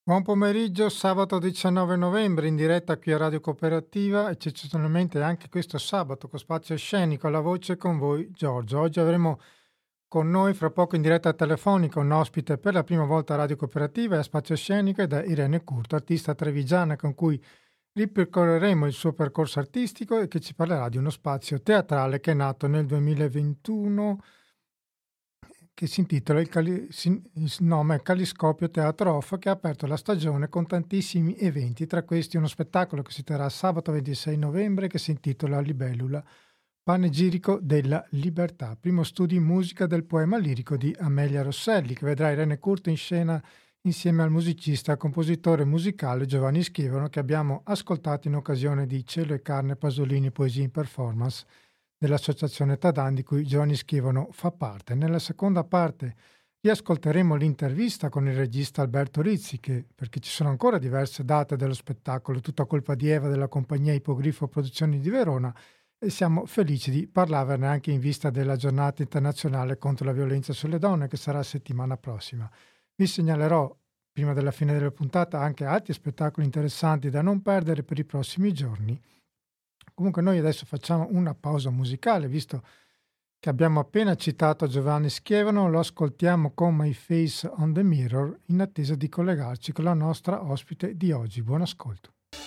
Buon pomeriggio, sabato 19 novembre in diretta qui a Radio Cooperativa, eccezionalmente anche questo sabato con Spazio Scenico, alla voce con voi Giorgio. Oggi avremo con noi fra poco in diretta telefonica un ospite per la prima volta a Radio Cooperativa e a Spazio Scenico ed è Irene Curto, artista trevigiana con cui ripercorreremo il suo percorso artistico e che ci parlerà di uno spazio teatrale che è nato nel 2021 che si intitola il nome è Caliscopio Teatro Off, che ha aperto la stagione con tantissimi eventi, tra questi uno spettacolo che si terrà sabato 26 novembre che si intitola Libellula, panegirico della libertà, primo studio in musica del poema lirico di Amelia Rosselli, che vedrà Irene Curto in scena insieme al musicista e compositore musicale Giovanni Schivano, che abbiamo ascoltato in occasione di Cielo e Carne Pasolini Poesie in Performance dell'Associazione Tadan di cui Giovanni Schivano fa parte. Nella seconda parte riascolteremo l'intervista con il regista Alberto Rizzi, perché ci sono ancora diverse date dello spettacolo, tutta colpa di Eva della compagnia Ipogrifo Produzioni di Verona, e siamo felici di parlarne anche in vista della giornata internazionale contro la violenza sulle donne che sarà settimana prossima. Vi segnalerò prima della fine della puntata anche altri spettacoli interessanti da non perdere per i prossimi giorni. Comunque noi adesso facciamo una pausa musicale, visto che abbiamo appena citato Giovanni Schiavano, lo ascoltiamo con My Face on the Mirror in attesa di collegarci con la nostra ospite di oggi. Buon ascolto.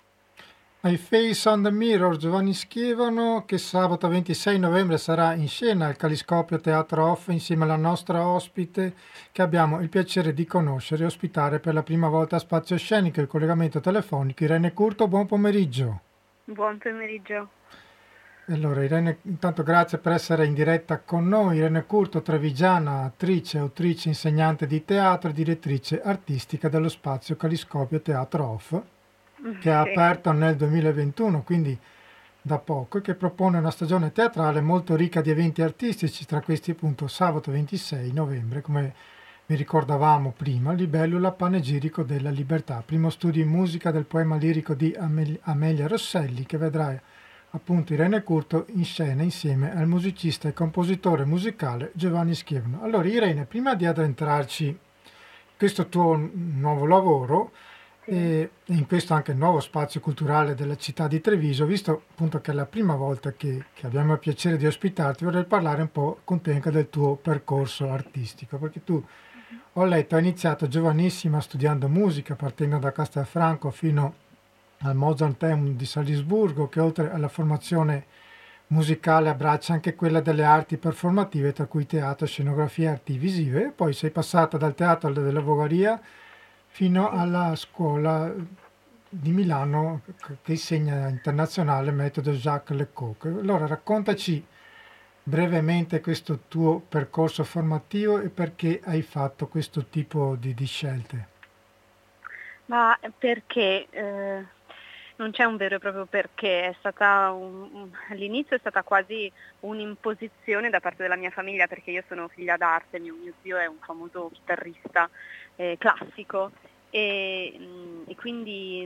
My Face on the Mirror, Giovanni Schiavano, che sabato 26 novembre sarà in scena al Caliscopio Teatro Off insieme alla nostra ospite che abbiamo il piacere di conoscere e ospitare per la prima volta a Spazio Scenico, il collegamento telefonico. Irene Curto, buon pomeriggio. Buon pomeriggio. Allora, Irene, intanto grazie per essere in diretta con noi. Irene Curto, trevigiana, attrice, autrice, insegnante di teatro e direttrice artistica dello spazio Caliscopio Teatro Off, che ha Sì. aperto nel 2021, quindi da poco, e che propone una stagione teatrale molto ricca di eventi artistici, tra questi appunto sabato 26 novembre, come vi ricordavamo prima, Libellula Panegirico della Libertà, primo studio in musica del poema lirico di Amelia Rosselli, che vedrà appunto Irene Curto in scena insieme al musicista e compositore musicale Giovanni Schiavano. Allora Irene, prima di addentrarci in questo tuo nuovo lavoro Sì. e in questo anche nuovo spazio culturale della città di Treviso, visto appunto che è la prima volta che abbiamo il piacere di ospitarti, vorrei parlare un po' con te anche del tuo percorso artistico, perché tu, ho letto, hai iniziato giovanissima studiando musica, partendo da Castelfranco fino al Mozarteum di Salisburgo, che oltre alla formazione musicale abbraccia anche quella delle arti performative, tra cui teatro, scenografia e arti visive. Poi sei passata dal teatro della Vogaria fino Sì. alla scuola di Milano che insegna internazionale metodo Jacques Lecoq. Allora raccontaci brevemente questo tuo percorso formativo e perché hai fatto questo tipo di scelte. Ma perché? Non c'è un vero e proprio perché, è stata all'inizio è stata quasi un'imposizione da parte della mia famiglia, perché io sono figlia d'arte, mio zio è un famoso chitarrista classico e quindi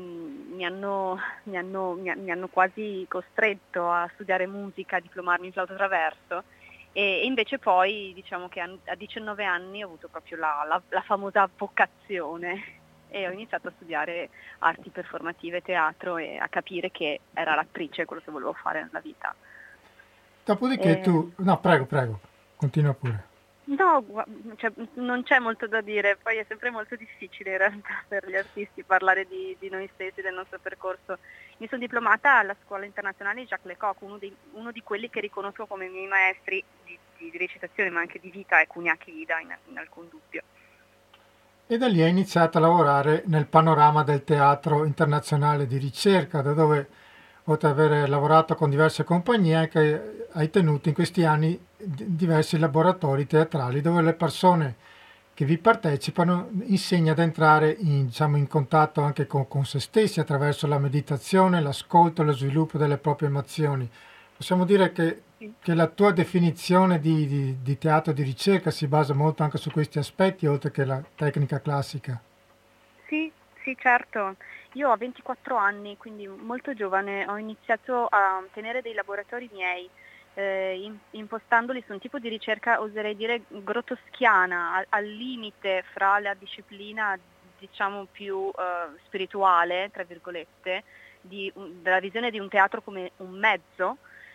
mi hanno quasi costretto a studiare musica, a diplomarmi in flauto traverso. E invece poi diciamo che a 19 anni ho avuto proprio la famosa vocazione e ho iniziato a studiare arti performative, teatro e a capire che era l'attrice quello che volevo fare nella vita. Dopodiché E, tu... No, prego, prego, continua pure. no, cioè, non c'è molto da dire, poi è sempre molto difficile in realtà per gli artisti parlare di noi stessi, del nostro percorso. Mi sono diplomata alla Scuola Internazionale Jacques Lecoq, uno di quelli che riconosco come i miei maestri di recitazione ma anche di vita, è Kuniaki Ida in alcun dubbio. E da lì hai iniziato a lavorare nel panorama del teatro internazionale di ricerca, da dove, oltre ad aver lavorato con diverse compagnie, anche hai tenuto in questi anni diversi laboratori teatrali dove le persone che vi partecipano insegna ad entrare in, diciamo, in contatto anche con se stessi attraverso la meditazione, l'ascolto e lo sviluppo delle proprie emozioni. Possiamo dire Sì. che la tua definizione di teatro di ricerca si basa molto anche su questi aspetti, oltre che la tecnica classica. Sì, sì, certo. Io ho 24 anni, quindi molto giovane, ho iniziato a tenere dei laboratori miei, impostandoli su un tipo di ricerca, oserei dire, grottoschiana, al limite fra la disciplina diciamo più spirituale, tra virgolette, della visione di un teatro come un mezzo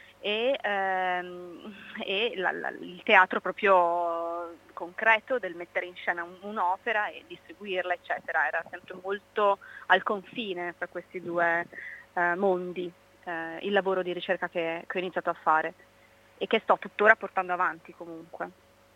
il teatro proprio concreto del mettere in scena un'opera e distribuirla, eccetera. Era sempre molto al confine tra questi due mondi, il lavoro di ricerca che ho iniziato a fare e che sto tuttora portando avanti comunque.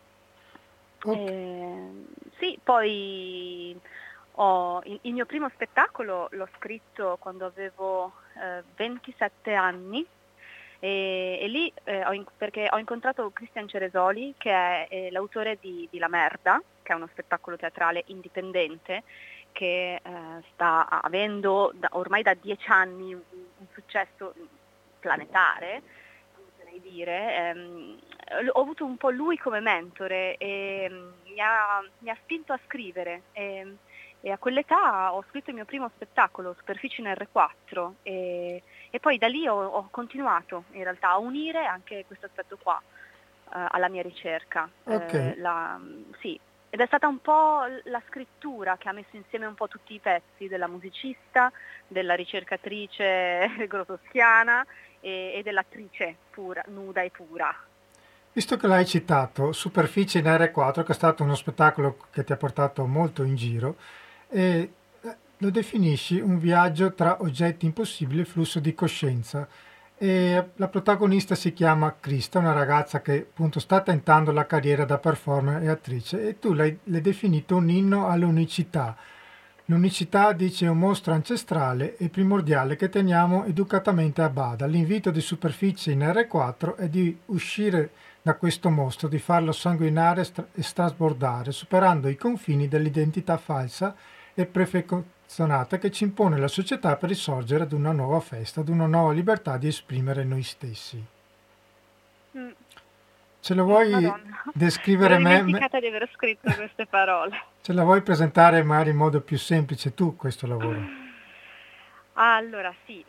Okay. Sì, poi il mio primo spettacolo l'ho scritto quando avevo 27 anni e lì perché ho incontrato Christian Ceresoli, che è l'autore di La Merda, che è uno spettacolo teatrale indipendente che sta avendo ormai da 10 anni un successo planetare, potrei dire. Ho avuto un po' lui come mentore e mi ha spinto a scrivere e a quell'età ho scritto il mio primo spettacolo, Superfici in R4, e poi da lì ho continuato in realtà a unire anche questo aspetto qua alla mia ricerca. Okay. Sì, ed è stata un po' la scrittura che ha messo insieme un po' tutti i pezzi della musicista, della ricercatrice grotowskiana e dell'attrice pura, nuda e pura. Visto che l'hai citato, Superficie in R4, che è stato uno spettacolo che ti ha portato molto in giro, e lo definisci un viaggio tra oggetti impossibili e flusso di coscienza. E la protagonista si chiama Krista, una ragazza che appunto sta tentando la carriera da performer e attrice, e tu l'hai definito un inno all'unicità. L'unicità, dice, è un mostro ancestrale e primordiale che teniamo educatamente a bada. L'invito di Superficie in R4 è di uscire da questo mostro, di farlo sanguinare e strasbordare, superando i confini dell'identità falsa e prefezionata che ci impone la società per risorgere ad una nuova festa, ad una nuova libertà di esprimere noi stessi. Mm. Ce lo vuoi Madonna, mi descrivere ero dimenticata di aver scritto queste parole. Ce la vuoi presentare magari in modo più semplice tu questo lavoro? Allora sì,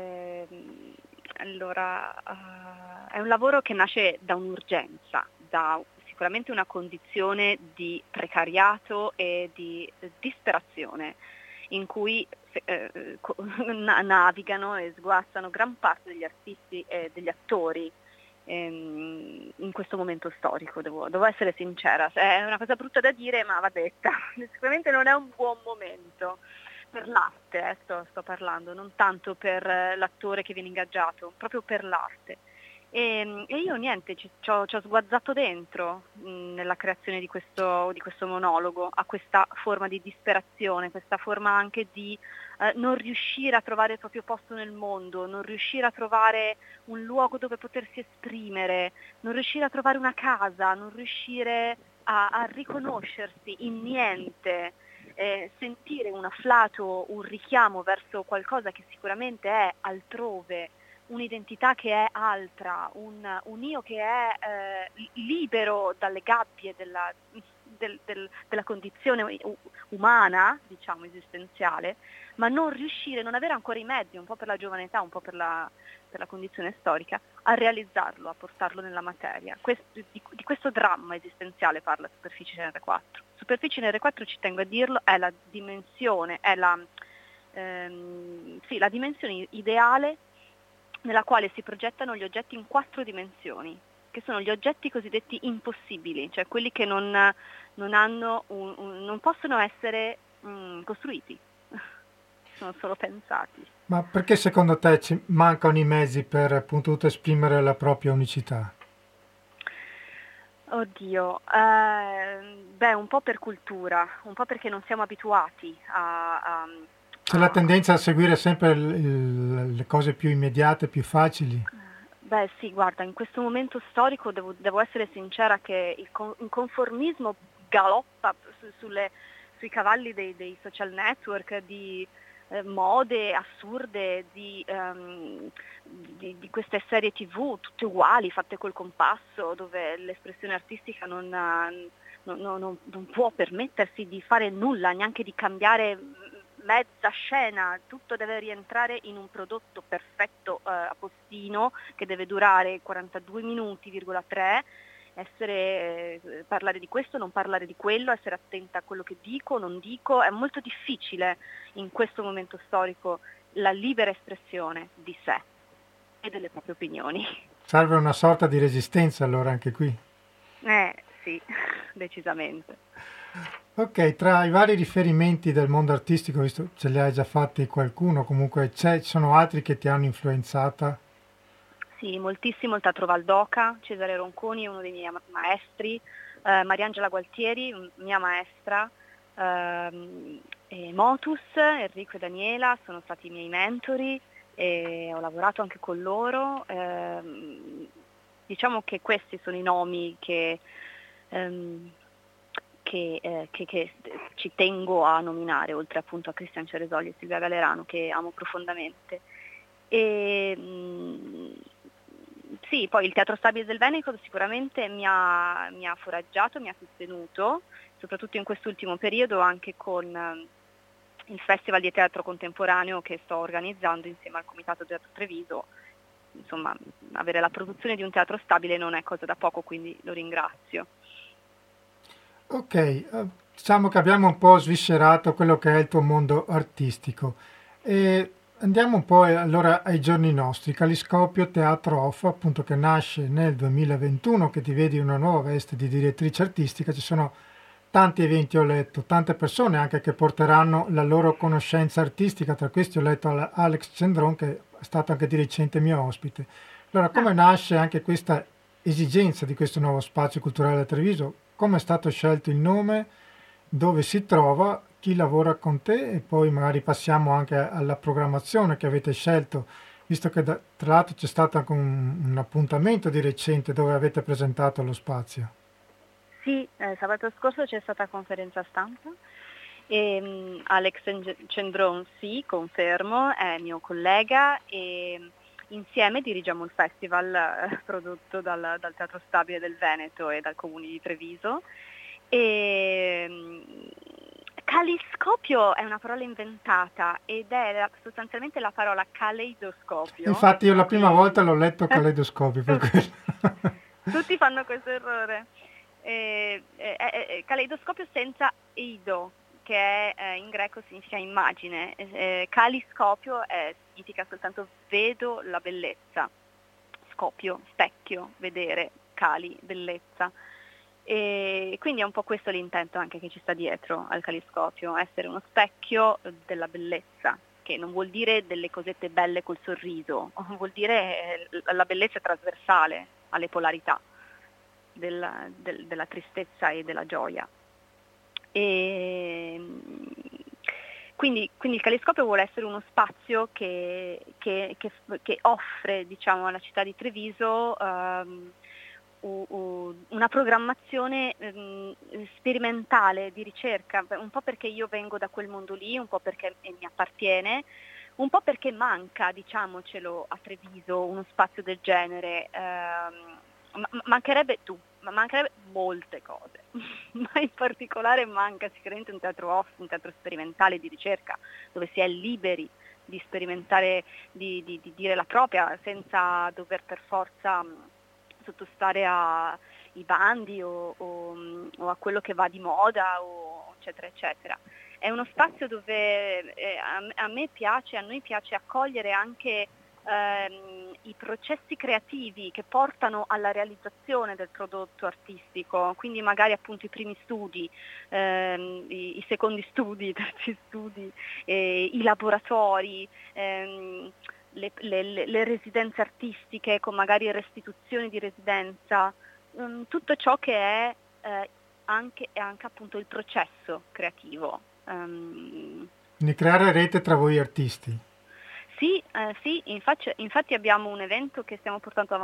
è un lavoro che nasce da un'urgenza, da sicuramente una condizione di precariato e di disperazione in cui navigano e sguazzano gran parte degli artisti e degli attori in questo momento storico, devo essere sincera. È una cosa brutta da dire, ma va detta. Sicuramente non è un buon momento per l'arte, sto parlando, non tanto per l'attore che viene ingaggiato, proprio per l'arte. E io niente, ci ho sguazzato dentro nella creazione di questo monologo, a questa forma di disperazione, questa forma anche di non riuscire a trovare il proprio posto nel mondo, non riuscire a trovare un luogo dove potersi esprimere, non riuscire a trovare una casa, non riuscire a riconoscersi in niente, sentire un afflato, un richiamo verso qualcosa che sicuramente è altrove, un'identità che è altra, un io che è libero dalle gabbie della condizione umana, diciamo esistenziale, ma non avere ancora i mezzi, un po' per la giovane età, un po' per la condizione storica, a realizzarlo, a portarlo nella materia. Di questo dramma esistenziale parla Superficie in R4. Superficie in R4, ci tengo a dirlo, è la dimensione, è la dimensione ideale nella quale si progettano gli oggetti in 4 dimensioni, che sono gli oggetti cosiddetti impossibili, cioè quelli che non possono essere costruiti, sono solo pensati. Ma perché secondo te ci mancano i mezzi per appunto esprimere la propria unicità? Oddio, un po' per cultura, un po' perché non siamo abituati C'è la tendenza a seguire sempre le cose più immediate, più facili? Beh sì, guarda, in questo momento storico devo essere sincera che il conformismo galoppa sui cavalli dei social network, di mode assurde, di queste serie TV tutte uguali, fatte col compasso, dove l'espressione artistica non può permettersi di fare nulla, neanche di cambiare mezza scena, tutto deve rientrare in un prodotto perfetto a postino che deve durare 42 minuti,3 parlare di questo, non parlare di quello, essere attenta a quello che dico, non dico. È molto difficile in questo momento storico la libera espressione di sé e delle proprie opinioni. Serve una sorta di resistenza allora anche qui. Sì, decisamente. Ok, tra i vari riferimenti del mondo artistico, visto ce li hai già fatti qualcuno, comunque ci sono altri che ti hanno influenzata? Sì, moltissimo il Teatro Valdoca, Cesare Ronconi è uno dei miei maestri, Mariangela Gualtieri, mia maestra, e Motus, Enrico e Daniela sono stati i miei mentori e ho lavorato anche con loro. Diciamo che questi sono i nomi ehm, che ci tengo a nominare, oltre appunto a Cristian Ceresoli e Silvia Galerano, che amo profondamente. E, sì, poi il Teatro Stabile del Veneto sicuramente mi ha foraggiato, mi ha sostenuto, soprattutto in quest'ultimo periodo anche con il Festival di Teatro Contemporaneo che sto organizzando insieme al Comitato Teatro Treviso. Insomma, avere la produzione di un teatro stabile non è cosa da poco, quindi lo ringrazio. Ok, diciamo che abbiamo un po' sviscerato quello che è il tuo mondo artistico e andiamo un po' allora ai giorni nostri. Caliscopio Teatro Off, appunto che nasce nel 2021, che ti vedi una nuova veste di direttrice artistica, ci sono tanti eventi, ho letto, tante persone anche che porteranno la loro conoscenza artistica, tra questi ho letto Alex Cendron che è stato anche di recente mio ospite. Allora, Ah. come nasce anche questa esigenza di questo nuovo spazio culturale a Treviso? Come è stato scelto il nome? Dove si trova? Chi lavora con te? E poi magari passiamo anche alla programmazione che avete scelto, visto che tra l'altro c'è stato anche un appuntamento di recente dove avete presentato lo spazio. Sì, sabato scorso c'è stata conferenza stampa e Alex Cendron, sì, confermo, è mio collega e insieme dirigiamo il festival prodotto dal Teatro Stabile del Veneto e dal Comune di Treviso. E, caliscopio è una parola inventata ed è sostanzialmente la parola caleidoscopio. Infatti io la prima volta l'ho letto Caleidoscopio, per Tutti, quello. tutti fanno questo errore. Caleidoscopio senza eido, che in greco significa immagine. Caliscopio significa soltanto vedo la bellezza. Scopio, specchio, vedere, cali, bellezza. E quindi è un po' questo l'intento anche che ci sta dietro al caliscopio, essere uno specchio della bellezza, che non vuol dire delle cosette belle col sorriso, vuol dire la bellezza trasversale alle polarità della tristezza e della gioia. E quindi il caliscopio vuole essere uno spazio che offre, diciamo, alla città di Treviso una programmazione sperimentale di ricerca, un po' perché io vengo da quel mondo lì, un po' perché mi appartiene, un po' perché manca, diciamocelo, a Treviso uno spazio del genere. Mancherebbe molte cose, ma in particolare manca sicuramente un teatro off, un teatro sperimentale di ricerca, dove si è liberi di sperimentare, di dire la propria, senza dover per forza sottostare ai bandi o a quello che va di moda, o eccetera, eccetera. È uno spazio dove a noi piace accogliere anche i processi creativi che portano alla realizzazione del prodotto artistico, quindi magari appunto i primi studi, i secondi studi, i terzi studi, i laboratori, le residenze artistiche con magari restituzioni di residenza, tutto ciò che è anche appunto il processo creativo. Quindi creare rete tra voi artisti. Sì, infatti abbiamo un evento che stiamo portando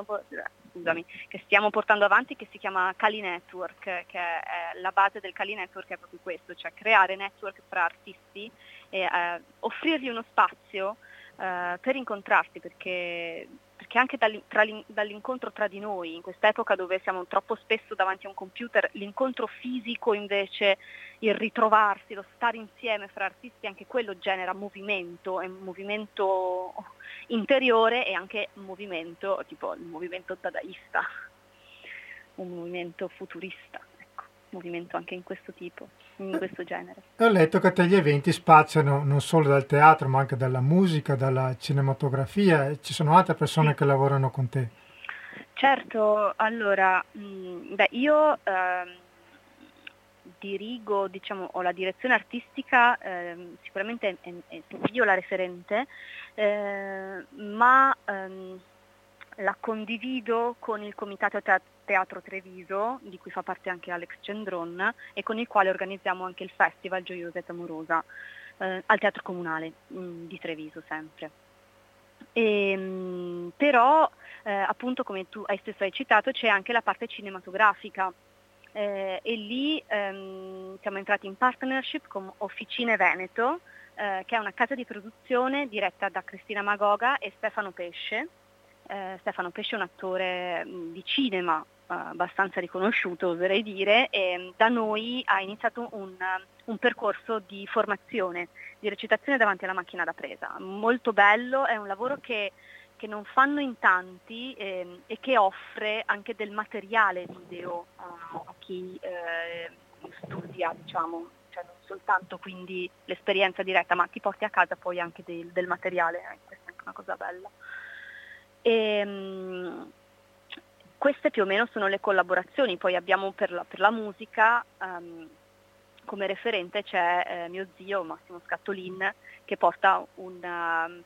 avanti che si chiama Cali Network, che è la base del Cali Network è proprio questo, cioè creare network fra artisti e offrirgli uno spazio per incontrarsi, perché anche dall'incontro tra di noi, in quest'epoca dove siamo troppo spesso davanti a un computer, l'incontro fisico invece, il ritrovarsi, lo stare insieme fra artisti, anche quello genera movimento, è un movimento interiore e anche movimento, tipo il movimento dadaista. un movimento futurista, ecco, un movimento anche in questo tipo, in questo genere. Ho letto che te gli eventi spaziano non solo dal teatro, ma anche dalla musica, dalla cinematografia, e ci sono altre persone che lavorano con te. Certo, allora, io dirigo, diciamo, ho la direzione artistica, sicuramente io la referente, ma la condivido con il Comitato Teatro Treviso, di cui fa parte anche Alex Gendron, e con il quale organizziamo anche il Festival Gioiosa ed Amorosa al Teatro Comunale di Treviso sempre. Però appunto, come tu stesso hai citato, c'è anche la parte cinematografica, e lì siamo entrati in partnership con Officine Veneto, che è una casa di produzione diretta da Cristina Magoga e Stefano Pesce. Stefano Pesce è un attore di cinema abbastanza riconosciuto, oserei dire, e da noi ha iniziato un percorso di formazione, di recitazione davanti alla macchina da presa. Molto bello, è un lavoro che non fanno in tanti, e che offre anche del materiale video a chi studia, diciamo, cioè non soltanto quindi l'esperienza diretta, ma ti porti a casa poi anche del materiale, questa è anche una cosa bella. Queste più o meno sono le collaborazioni. Poi abbiamo per la musica, come referente c'è mio zio Massimo Scattolin, che porta un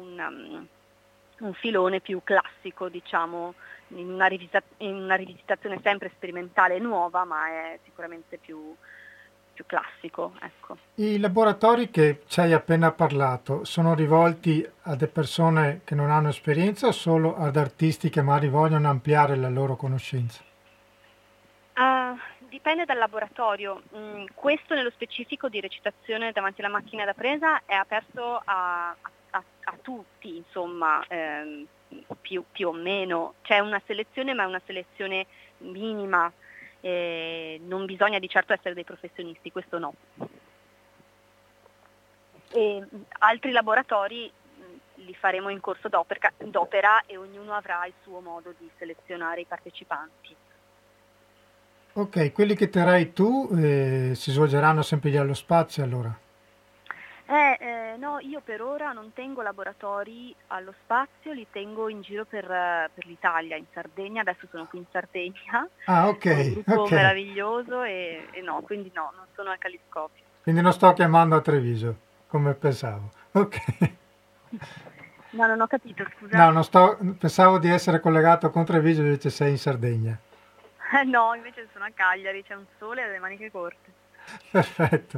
filone più classico, diciamo, in una rivisitazione sempre sperimentale e nuova, ma è sicuramente più classico, ecco. I laboratori che ci hai appena parlato sono rivolti a delle persone che non hanno esperienza o solo ad artisti che magari vogliono ampliare la loro conoscenza? Dipende dal laboratorio. Questo nello specifico di recitazione davanti alla macchina da presa è aperto a tutti, insomma, più o meno. C'è una selezione, ma è una selezione minima. Non bisogna di certo essere dei professionisti, questo no. E altri laboratori li faremo in corso d'opera e ognuno avrà il suo modo di selezionare i partecipanti. Ok, quelli che terrai tu si svolgeranno sempre lì allo spazio allora? No, io per ora non tengo laboratori allo spazio, li tengo in giro per l'Italia, in Sardegna. Adesso sono qui in Sardegna, Ah, ok, con un gruppo ok. meraviglioso e no, quindi no, non sono al Caliscopio. Quindi non sto chiamando a Treviso, come pensavo. Ok. No, non ho capito, scusa. No, pensavo di essere collegato con Treviso, invece sei in Sardegna. No, invece sono a Cagliari, c'è un sole e le maniche corte. Perfetto.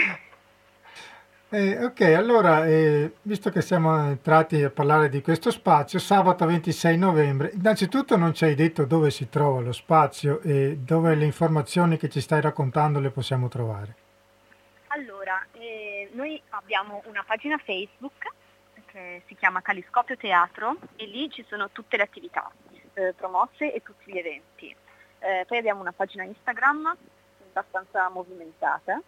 Ok, allora, visto che siamo entrati a parlare di questo spazio, sabato 26 novembre, innanzitutto non ci hai detto dove si trova lo spazio e dove le informazioni che ci stai raccontando le possiamo trovare. Allora, noi abbiamo una pagina Facebook che si chiama Caliscopio Teatro e lì ci sono tutte le attività promosse e tutti gli eventi. Poi abbiamo una pagina Instagram abbastanza movimentata.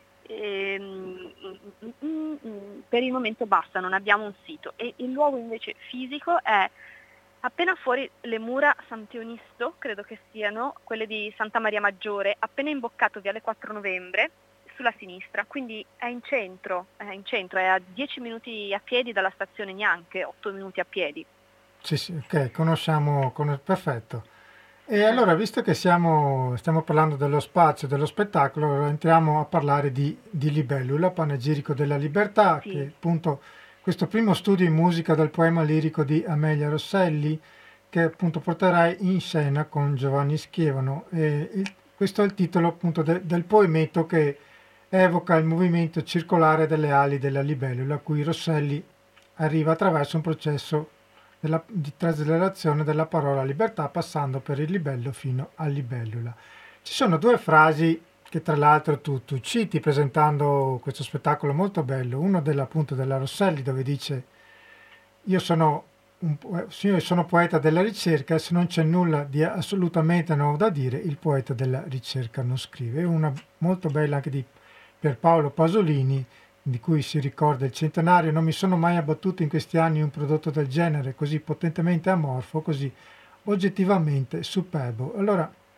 Per il momento basta, non abbiamo un sito, e il luogo invece fisico è appena fuori le mura Sant'Ionisto, credo che siano quelle di Santa Maria Maggiore, appena imboccato Viale 4 Novembre sulla sinistra, quindi è in centro, è a 10 minuti a piedi dalla stazione, neanche 8 minuti a piedi. Sì, ok, conosciamo, perfetto. E allora, visto che stiamo parlando dello spazio, dello spettacolo, allora entriamo a parlare di Libellula, Panegirico della Libertà, Sì. che è appunto questo primo studio in musica del poema lirico di Amelia Rosselli, che appunto porterai in scena con Giovanni Schiavano. Questo è il titolo appunto del poemetto che evoca il movimento circolare delle ali della libellula, a cui Rosselli arriva attraverso un processo di traslazione della parola libertà, passando per il libello fino al libellula. Ci sono due frasi che tra l'altro tu citi presentando questo spettacolo molto bello, uno appunto della Rosselli, dove dice io sono poeta della ricerca e se non c'è nulla di assolutamente nuovo da dire, il poeta della ricerca non scrive. E una molto bella anche di Pierpaolo Pasolini, di cui si ricorda il centenario: non mi sono mai abbattuto in questi anni un prodotto del genere, così potentemente amorfo, così oggettivamente superbo. Allora,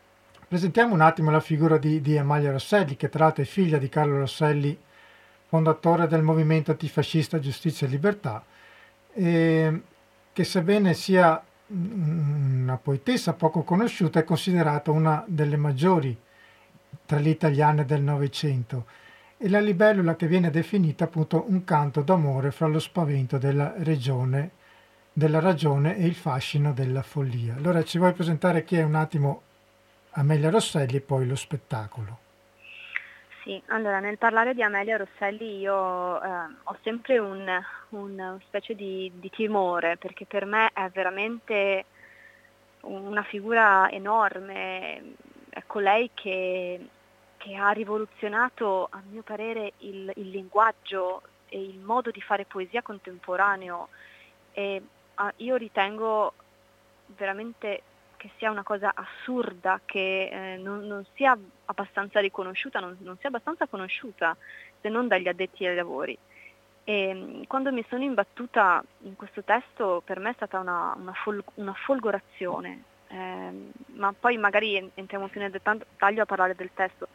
Presentiamo un attimo la figura di Amalia Rosselli, che tra l'altro è figlia di Carlo Rosselli, fondatore del movimento antifascista Giustizia e Libertà, che sebbene sia una poetessa poco conosciuta, è considerata una delle maggiori tra le italiane del Novecento. E la libellula che viene definita appunto un canto d'amore fra lo spavento della ragione e il fascino della follia. Allora ci vuoi presentare chi è un attimo Amelia Rosselli e poi lo spettacolo? Sì, allora nel parlare di Amelia Rosselli io ho sempre una specie di timore, perché per me è veramente una figura enorme, è colei che ha rivoluzionato, a mio parere, il linguaggio e il modo di fare poesia contemporaneo, e io ritengo veramente che sia una cosa assurda che non sia abbastanza riconosciuta, non sia abbastanza conosciuta, se non dagli addetti ai lavori. E quando mi sono imbattuta in questo testo, per me è stata una folgorazione, ma poi magari entriamo più nel dettaglio a parlare del testo.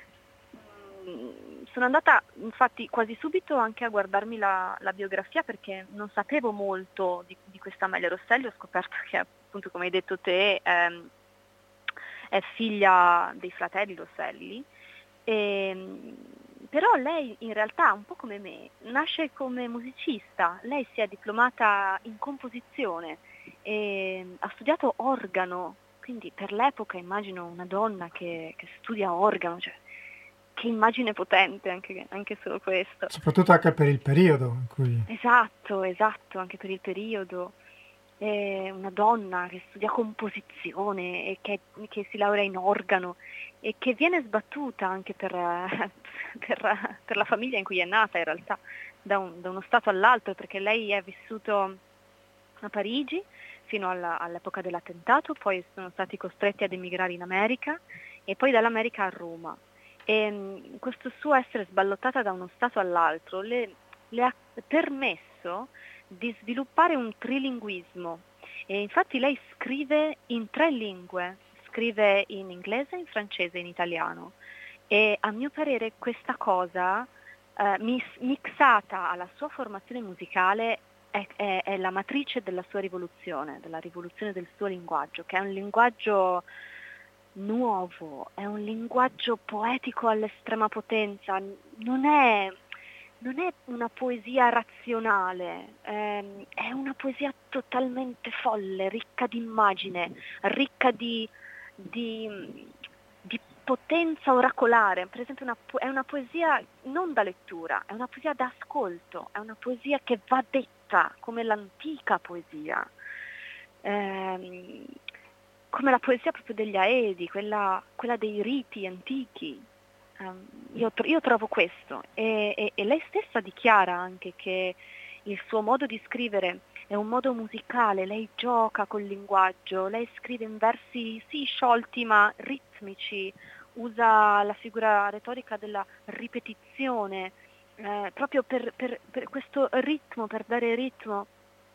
Sono andata infatti quasi subito anche a guardarmi la biografia, perché non sapevo molto di questa Amelia Rosselli. Ho scoperto che, appunto, come hai detto te, è figlia dei fratelli Rosselli, però lei in realtà, un po' come me, nasce come musicista. Lei si è diplomata in composizione e ha studiato organo, quindi per l'epoca immagino una donna che studia organo, cioè che immagine potente anche solo questo. Soprattutto anche per il periodo in cui... Esatto, anche per il periodo. Una donna che studia composizione e che si laurea in organo e che viene sbattuta anche per la famiglia in cui è nata, in realtà, da uno stato all'altro, perché lei è vissuto a Parigi fino all'epoca dell'attentato, poi sono stati costretti ad emigrare in America e poi dall'America a Roma. E questo suo essere sballottata da uno stato all'altro le ha permesso di sviluppare un trilinguismo, e infatti lei scrive in 3 lingue, scrive in inglese, in francese e in italiano, e a mio parere questa cosa mixata alla sua formazione musicale è la matrice della sua rivoluzione, della rivoluzione del suo linguaggio, che è un linguaggio nuovo, è un linguaggio poetico all'estrema potenza, non è una poesia razionale, è una poesia totalmente folle, ricca di immagine, ricca di potenza oracolare. Per esempio è una poesia non da lettura, è una poesia da ascolto, è una poesia che va detta come l'antica poesia. Come la poesia proprio degli Aedi, quella dei riti antichi. Io trovo questo, e lei stessa dichiara anche che il suo modo di scrivere è un modo musicale, lei gioca col linguaggio, lei scrive in versi sì sciolti ma ritmici, usa la figura retorica della ripetizione, proprio per questo ritmo, per dare ritmo.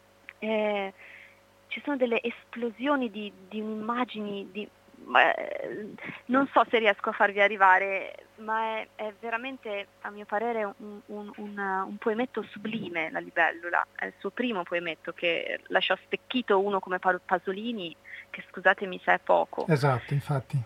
Ci sono delle esplosioni di immagini, non so se riesco a farvi arrivare, ma è veramente, a mio parere, un poemetto sublime, La libellula. È il suo primo poemetto, che lascia stecchito uno come Pasolini, che, scusatemi se è poco. Esatto, infatti.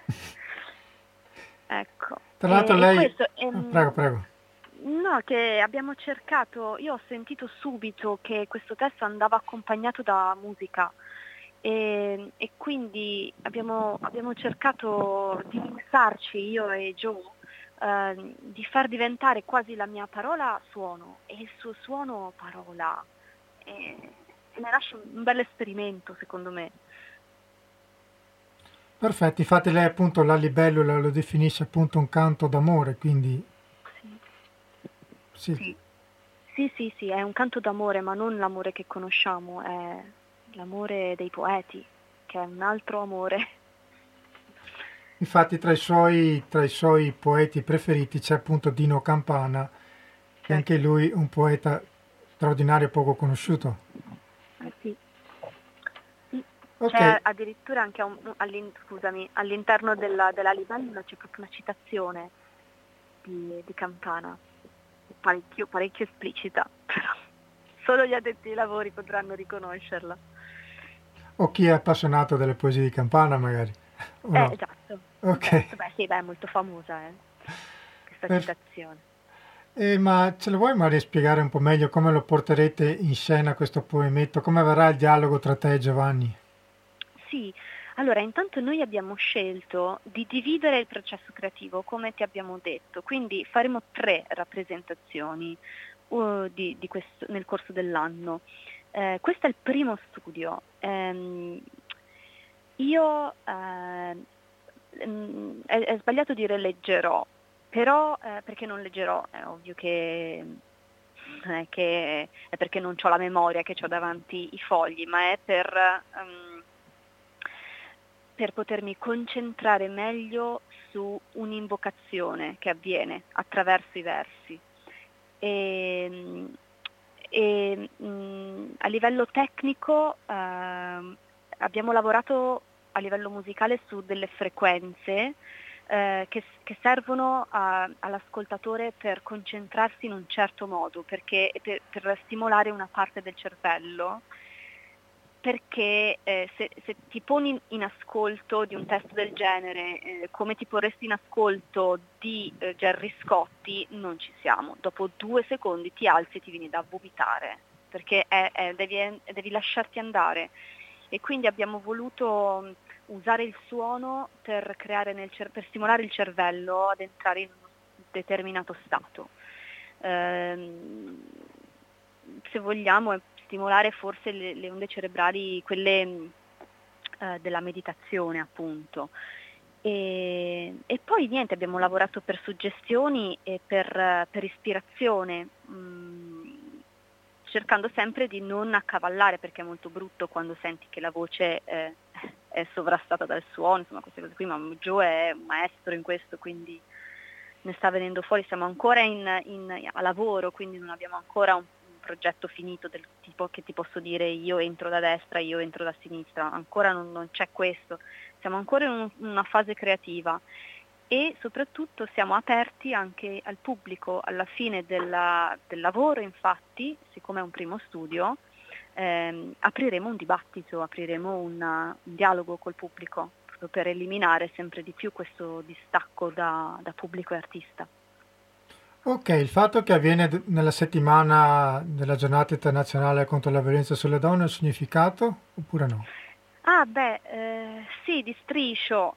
Ecco. Tra l'altro lei... questo, prego. No, che abbiamo cercato, io ho sentito subito che questo testo andava accompagnato da musica, e quindi abbiamo cercato di mixarci, io e Joe, di far diventare quasi la mia parola suono e il suo suono parola, e ne nasce un bel esperimento, secondo me. Perfetto, infatti lei appunto la libellula lo definisce appunto un canto d'amore, quindi... Sì, è un canto d'amore, ma non l'amore che conosciamo, è l'amore dei poeti, che è un altro amore. Infatti tra i suoi poeti preferiti c'è appunto Dino Campana, che anche lui un poeta straordinario e poco conosciuto. Sì. C'è addirittura anche all'interno della libellula c'è proprio una citazione di Campana, parecchio esplicita, però solo gli addetti ai lavori potranno riconoscerla. O chi è appassionato delle poesie di Campana magari. No? Esatto. Ok. Esatto. È molto famosa questa citazione. Ma ce lo vuoi magari spiegare un po' meglio come lo porterete in scena questo poemetto? Come verrà il dialogo tra te e Giovanni? Sì, allora intanto noi abbiamo scelto di dividere il processo creativo, come ti abbiamo detto, quindi faremo 3 rappresentazioni di questo, nel corso dell'anno. Questo è il primo studio. È sbagliato dire leggerò, però perché non leggerò, è ovvio che è perché non ho la memoria, che ho davanti i fogli, ma è per potermi concentrare meglio su un'invocazione che avviene attraverso i versi. A livello tecnico abbiamo lavorato a livello musicale su delle frequenze che servono all'ascoltatore per concentrarsi in un certo modo, perché per stimolare una parte del cervello, perché se ti poni in ascolto di un testo del genere come ti porresti in ascolto di Gerry Scotti, non ci siamo. Dopo 2 secondi ti alzi e ti vieni da vomitare, perché devi lasciarti andare. E quindi abbiamo voluto usare il suono per per stimolare il cervello ad entrare in un determinato stato. Se vogliamo stimolare forse le onde cerebrali, quelle della meditazione appunto. E poi niente, abbiamo lavorato per suggestioni e per ispirazione, cercando sempre di non accavallare, perché è molto brutto quando senti che la voce è sovrastata dal suono, insomma queste cose qui, ma Joe è un maestro in questo, quindi ne sta venendo fuori. Siamo ancora a lavoro, quindi non abbiamo ancora un progetto finito del tipo che ti posso dire io entro da destra, io entro da sinistra, ancora non c'è questo, siamo ancora in una fase creativa e soprattutto siamo aperti anche al pubblico. Alla fine del lavoro, infatti, siccome è un primo studio, apriremo un dibattito, apriremo un dialogo col pubblico, proprio per eliminare sempre di più questo distacco da pubblico e artista. Ok, il fatto che avviene nella settimana della giornata internazionale contro la violenza sulle donne ha un significato oppure no? Sì, di striscio.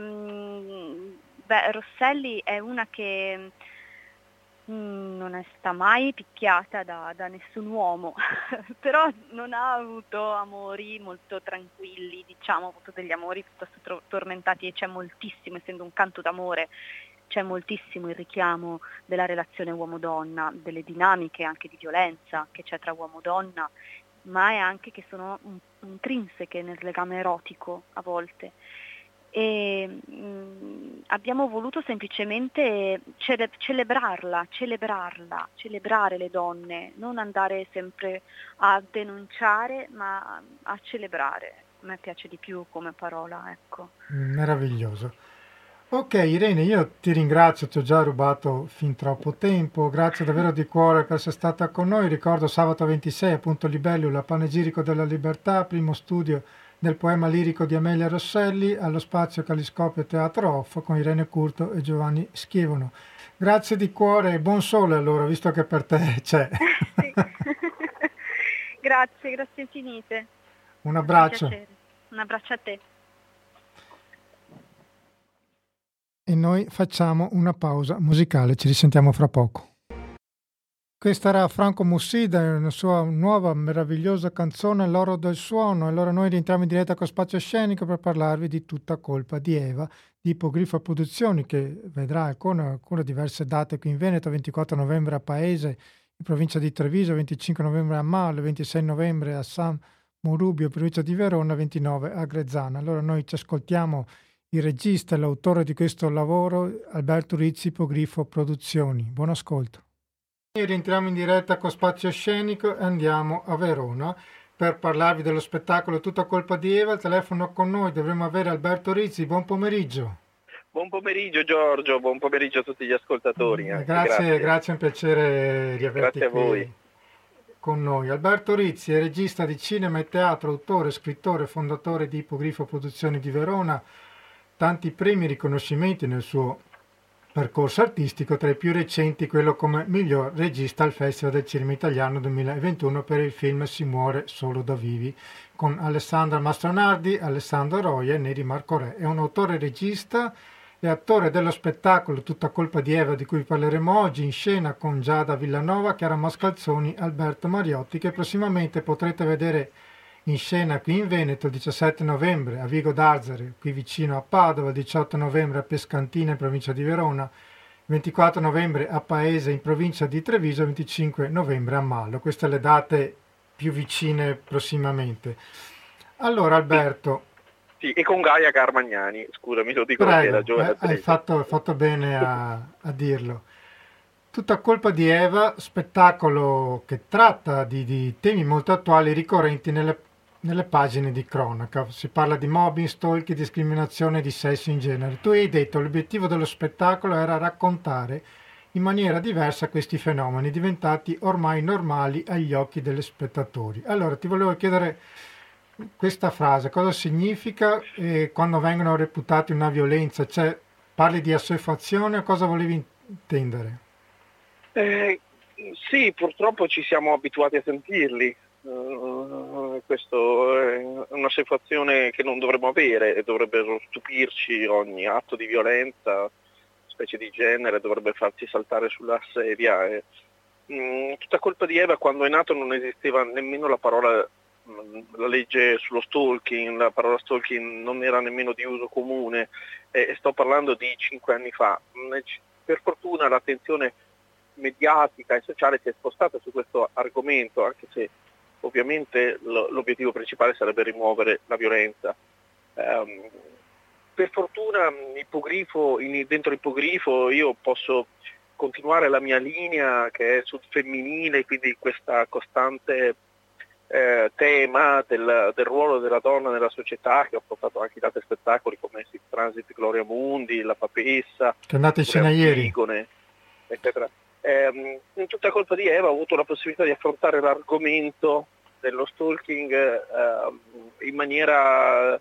Rosselli è una che non è sta mai picchiata da nessun uomo, però non ha avuto amori molto tranquilli, diciamo, ha avuto degli amori piuttosto tormentati, e c'è moltissimo, essendo un canto d'amore, c'è moltissimo il richiamo della relazione uomo-donna, delle dinamiche anche di violenza che c'è tra uomo-donna, ma è anche che sono intrinseche nel legame erotico a volte. E abbiamo voluto semplicemente celebrarla, celebrare le donne, non andare sempre a denunciare, ma a celebrare. A me piace di più come parola, ecco. Meraviglioso. Ok Irene, io ti ringrazio, ti ho già rubato fin troppo tempo, grazie davvero di cuore per essere stata con noi. Ricordo sabato 26 appunto Libellula, Panegirico della Libertà, primo studio del poema lirico di Amelia Rosselli allo Spazio Caliscopio Teatro Off con Irene Curto e Giovanni Schiavono. Grazie di cuore e buon sole allora, visto che per te c'è. Sì. Grazie infinite. Un abbraccio. Un abbraccio a te. E noi facciamo una pausa musicale, ci risentiamo fra poco. Questa era Franco Mussida e una sua nuova meravigliosa canzone L'oro del suono. E allora noi rientriamo in diretta con Spazio Scenico per parlarvi di Tutta colpa di Eva di Ipogrifo Produzioni, che vedrà ancora diverse date qui in Veneto: 24 novembre a Paese in provincia di Treviso, 25 novembre a Malle, 26 novembre a San Morubio, provincia di Verona, 29 a Grezzana. Allora noi ci ascoltiamo il regista e l'autore di questo lavoro, Alberto Rizzi, Ipogrifo Produzioni. Buon ascolto. E rientriamo in diretta con Spazio Scenico e andiamo a Verona per parlarvi dello spettacolo Tutta colpa di Eva. Al telefono con noi dovremmo avere Alberto Rizzi. Buon pomeriggio. Buon pomeriggio Giorgio, buon pomeriggio a tutti gli ascoltatori. Grazie, è un piacere di averti qui con noi. Alberto Rizzi è regista di cinema e teatro, autore, scrittore, fondatore di Ipogrifo Produzioni di Verona, tanti premi e riconoscimenti nel suo percorso artistico, tra i più recenti quello come miglior regista al Festival del Cinema Italiano 2021 per il film Si muore solo da vivi, con Alessandra Mastronardi, Alessandro Roia e Neri Marco Re. È un autore regista e attore dello spettacolo Tutta colpa di Eva, di cui parleremo oggi, in scena con Giada Villanova, Chiara Mascalzoni, Alberto Mariotti, che prossimamente potrete vedere in scena qui in Veneto il 17 novembre a Vigo d'Arzere, qui vicino a Padova, il 18 novembre a Pescantina in provincia di Verona, il 24 novembre a Paese in provincia di Treviso, il 25 novembre a Mallo. Queste le date più vicine prossimamente. Allora Alberto... Sì, e con Gaia Carmagnani, scusami, lo dico perché hai ragione. Hai fatto bene a dirlo. Tutta colpa di Eva, spettacolo che tratta di temi molto attuali ricorrenti nelle pagine di cronaca. Si parla di mobbing, stalking, discriminazione di sesso in genere. Tu hai detto che l'obiettivo dello spettacolo era raccontare in maniera diversa questi fenomeni, diventati ormai normali agli occhi degli spettatori. Allora ti volevo chiedere questa frase, cosa significa quando vengono reputati una violenza? Cioè, parli di assuefazione o cosa volevi intendere? Sì, purtroppo ci siamo abituati a sentirli. Questo è una situazione che non dovremmo avere, dovrebbero stupirci ogni atto di violenza, specie di genere, dovrebbe farci saltare sulla sedia. Tutta colpa di Eva, quando è nato non esisteva nemmeno la legge sullo stalking, la parola stalking non era nemmeno di uso comune, sto parlando di 5 anni fa. Per fortuna l'attenzione mediatica e sociale si è spostata su questo argomento, anche se ovviamente l'obiettivo principale sarebbe rimuovere la violenza. Per fortuna dentro Ipogrifo io posso continuare la mia linea che è sul femminile, quindi questa costante tema del ruolo della donna nella società, che ho portato anche in altri spettacoli come Six Transit Gloria Mundi, La Papessa, che è andata in scena ieri, Antigone, eccetera. In Tutta colpa di Eva ho avuto la possibilità di affrontare l'argomento dello stalking in maniera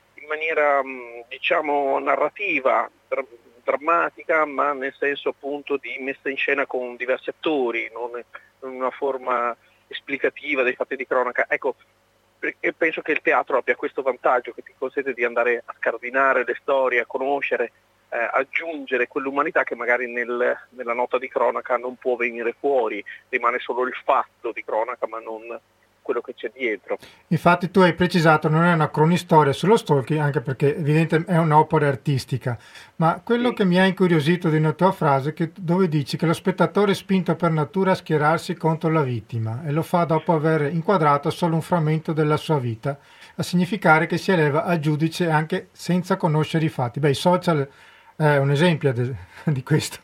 diciamo narrativa, drammatica, ma nel senso appunto di messa in scena con diversi attori, non in una forma esplicativa dei fatti di cronaca. Ecco, e penso che il teatro abbia questo vantaggio, che ti consente di andare a scardinare le storie, a conoscere, aggiungere quell'umanità che magari nella nota di cronaca non può venire fuori, rimane solo il fatto di cronaca ma non quello che c'è dietro. Infatti tu hai precisato non è una cronistoria sullo stalking, anche perché evidentemente è un'opera artistica, ma quello che mi ha incuriosito di una tua frase dove dici che lo spettatore è spinto per natura a schierarsi contro la vittima e lo fa dopo aver inquadrato solo un frammento della sua vita, a significare che si eleva a giudice anche senza conoscere i fatti. I social è un esempio di questo.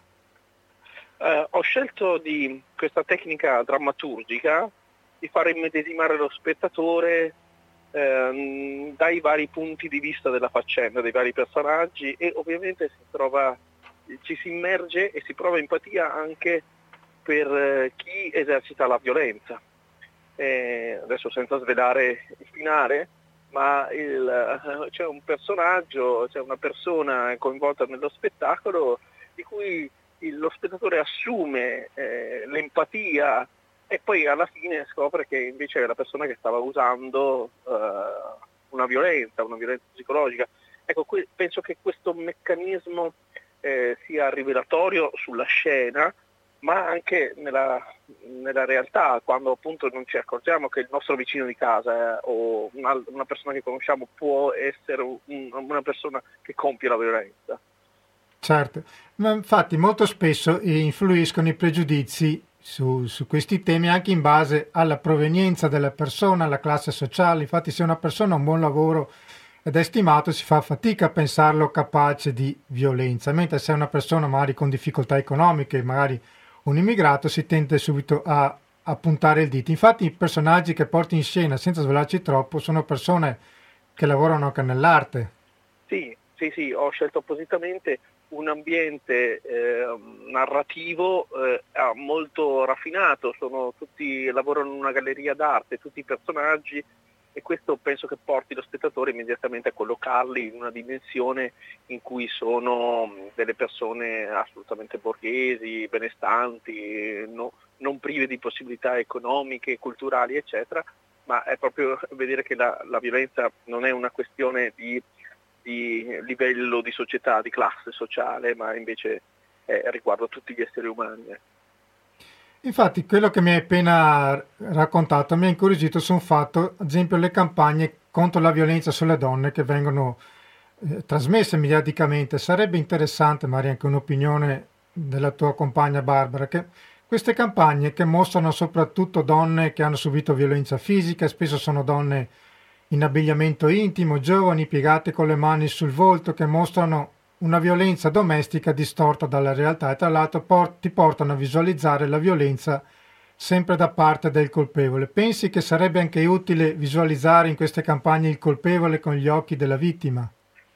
Ho scelto di questa tecnica drammaturgica di fare immedesimare lo spettatore dai vari punti di vista della faccenda, dei vari personaggi, e ovviamente ci si immerge e si prova empatia anche per chi esercita la violenza. Adesso senza svelare il finale, ma c'è un personaggio, c'è una persona coinvolta nello spettacolo di cui lo spettatore assume l'empatia e poi alla fine scopre che invece è la persona che stava usando una violenza psicologica. Ecco, penso che questo meccanismo sia rivelatorio sulla scena, ma anche nella realtà, quando appunto non ci accorgiamo che il nostro vicino di casa o una persona che conosciamo può essere una persona che compie la violenza. Certo, ma infatti molto spesso influiscono i pregiudizi su questi temi anche in base alla provenienza della persona, alla classe sociale. Infatti se una persona ha un buon lavoro ed è stimato, si fa fatica a pensarlo capace di violenza, mentre se è una persona magari con difficoltà economiche, magari un immigrato, si tende subito a a puntare il dito. Infatti i personaggi che porti in scena, senza svelarci troppo, sono persone che lavorano anche nell'arte. Sì, sì, sì, ho scelto appositamente un ambiente narrativo molto raffinato, lavorano in una galleria d'arte, tutti i personaggi, e questo penso che porti lo spettatore immediatamente a collocarli in una dimensione in cui sono delle persone assolutamente borghesi, benestanti, non prive di possibilità economiche, culturali, eccetera, ma è proprio vedere che la violenza non è una questione di livello di società, di classe sociale, ma invece riguarda tutti gli esseri umani. Infatti, quello che mi hai appena raccontato mi ha incuriosito su un fatto, ad esempio le campagne contro la violenza sulle donne che vengono trasmesse mediaticamente. Sarebbe interessante, magari anche un'opinione della tua compagna Barbara, che queste campagne che mostrano soprattutto donne che hanno subito violenza fisica, spesso sono donne in abbigliamento intimo, giovani, piegate con le mani sul volto, che mostrano una violenza domestica distorta dalla realtà e tra l'altro ti portano a visualizzare la violenza sempre da parte del colpevole. Pensi che sarebbe anche utile visualizzare in queste campagne il colpevole con gli occhi della vittima?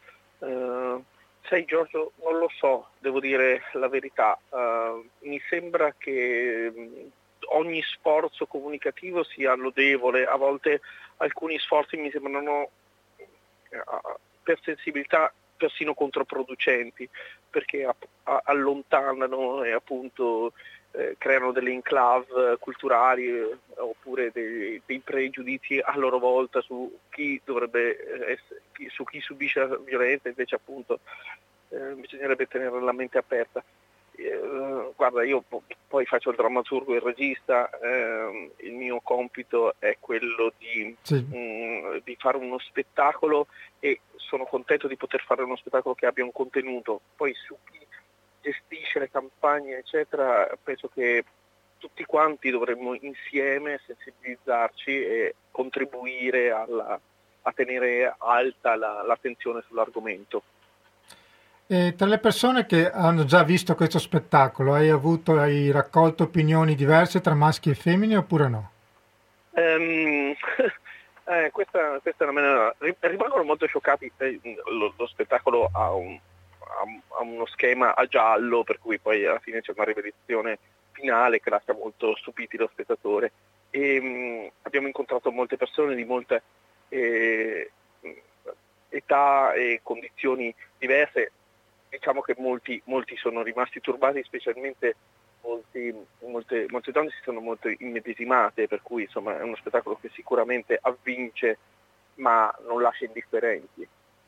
Sai Giorgio, non lo so, devo dire la verità. Mi sembra che ogni sforzo comunicativo sia lodevole, a volte alcuni sforzi mi sembrano per sensibilità persino controproducenti, perché allontanano e appunto creano delle enclave culturali oppure dei pregiudizi a loro volta su chi dovrebbe su chi subisce la violenza, invece appunto bisognerebbe tenere la mente aperta. Guarda, io poi faccio il drammaturgo e il regista, il mio compito è quello di fare uno spettacolo, e sono contento di poter fare uno spettacolo che abbia un contenuto. Poi su chi gestisce le campagne eccetera, penso che tutti quanti dovremmo insieme sensibilizzarci e contribuire a tenere alta l'attenzione sull'argomento. E tra le persone che hanno già visto questo spettacolo, hai raccolto opinioni diverse tra maschi e femmine oppure no? Questa è una maniera. Rimangono molto scioccati. Lo spettacolo ha uno schema a giallo, per cui poi alla fine c'è una rivelazione finale che lascia molto stupiti lo spettatore. E abbiamo incontrato molte persone di molte età e condizioni diverse. Diciamo che molti sono rimasti turbati, specialmente molte donne si sono molto immedesimate, per cui insomma è uno spettacolo che sicuramente avvince ma non lascia indifferenti.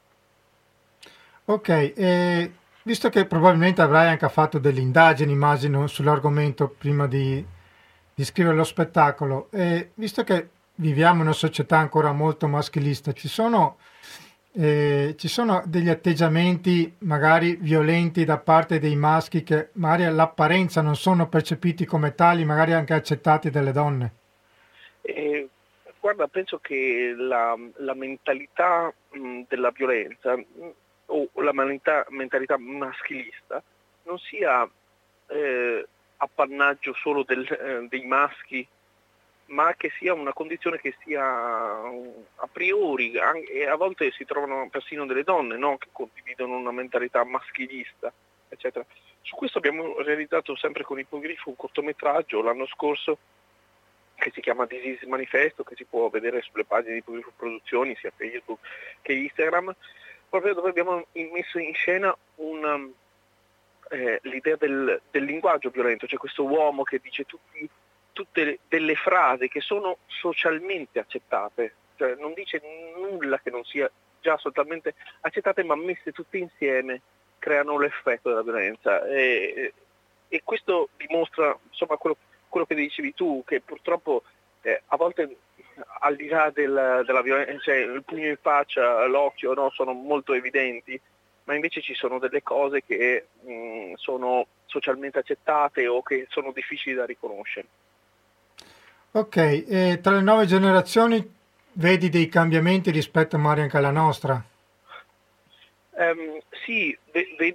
Ok, visto che probabilmente avrai anche fatto delle indagini, immagino, sull'argomento prima di scrivere lo spettacolo, e visto che viviamo in una società ancora molto maschilista, ci sono degli atteggiamenti magari violenti da parte dei maschi che magari all'apparenza non sono percepiti come tali, magari anche accettati dalle donne? Guarda, penso che la mentalità della violenza o la mentalità maschilista non sia appannaggio solo dei maschi, ma che sia una condizione che sia a priori, e a volte si trovano persino delle donne, no? Che condividono una mentalità maschilista, eccetera. Su questo abbiamo realizzato sempre con Ipogrifo un cortometraggio l'anno scorso che si chiama Disease Manifesto, che si può vedere sulle pagine di Ipogrifo Produzioni, sia Facebook che Instagram, proprio dove abbiamo messo in scena l'idea del linguaggio violento, cioè questo uomo che dice tutte delle frasi che sono socialmente accettate, cioè non dice nulla che non sia già totalmente accettate, ma messe tutte insieme creano l'effetto della violenza, e questo dimostra insomma quello che dicevi tu, che purtroppo a volte al di là della violenza, cioè il pugno in faccia, l'occhio, no, sono molto evidenti, ma invece ci sono delle cose che sono socialmente accettate o che sono difficili da riconoscere. Ok, e tra le nuove generazioni vedi dei cambiamenti rispetto magari anche alla nostra? Sì,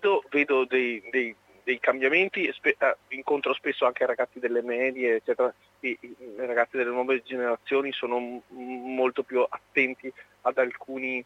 vedo dei cambiamenti, incontro spesso anche ragazzi delle medie, eccetera, le ragazze delle nuove generazioni sono molto più attenti ad alcuni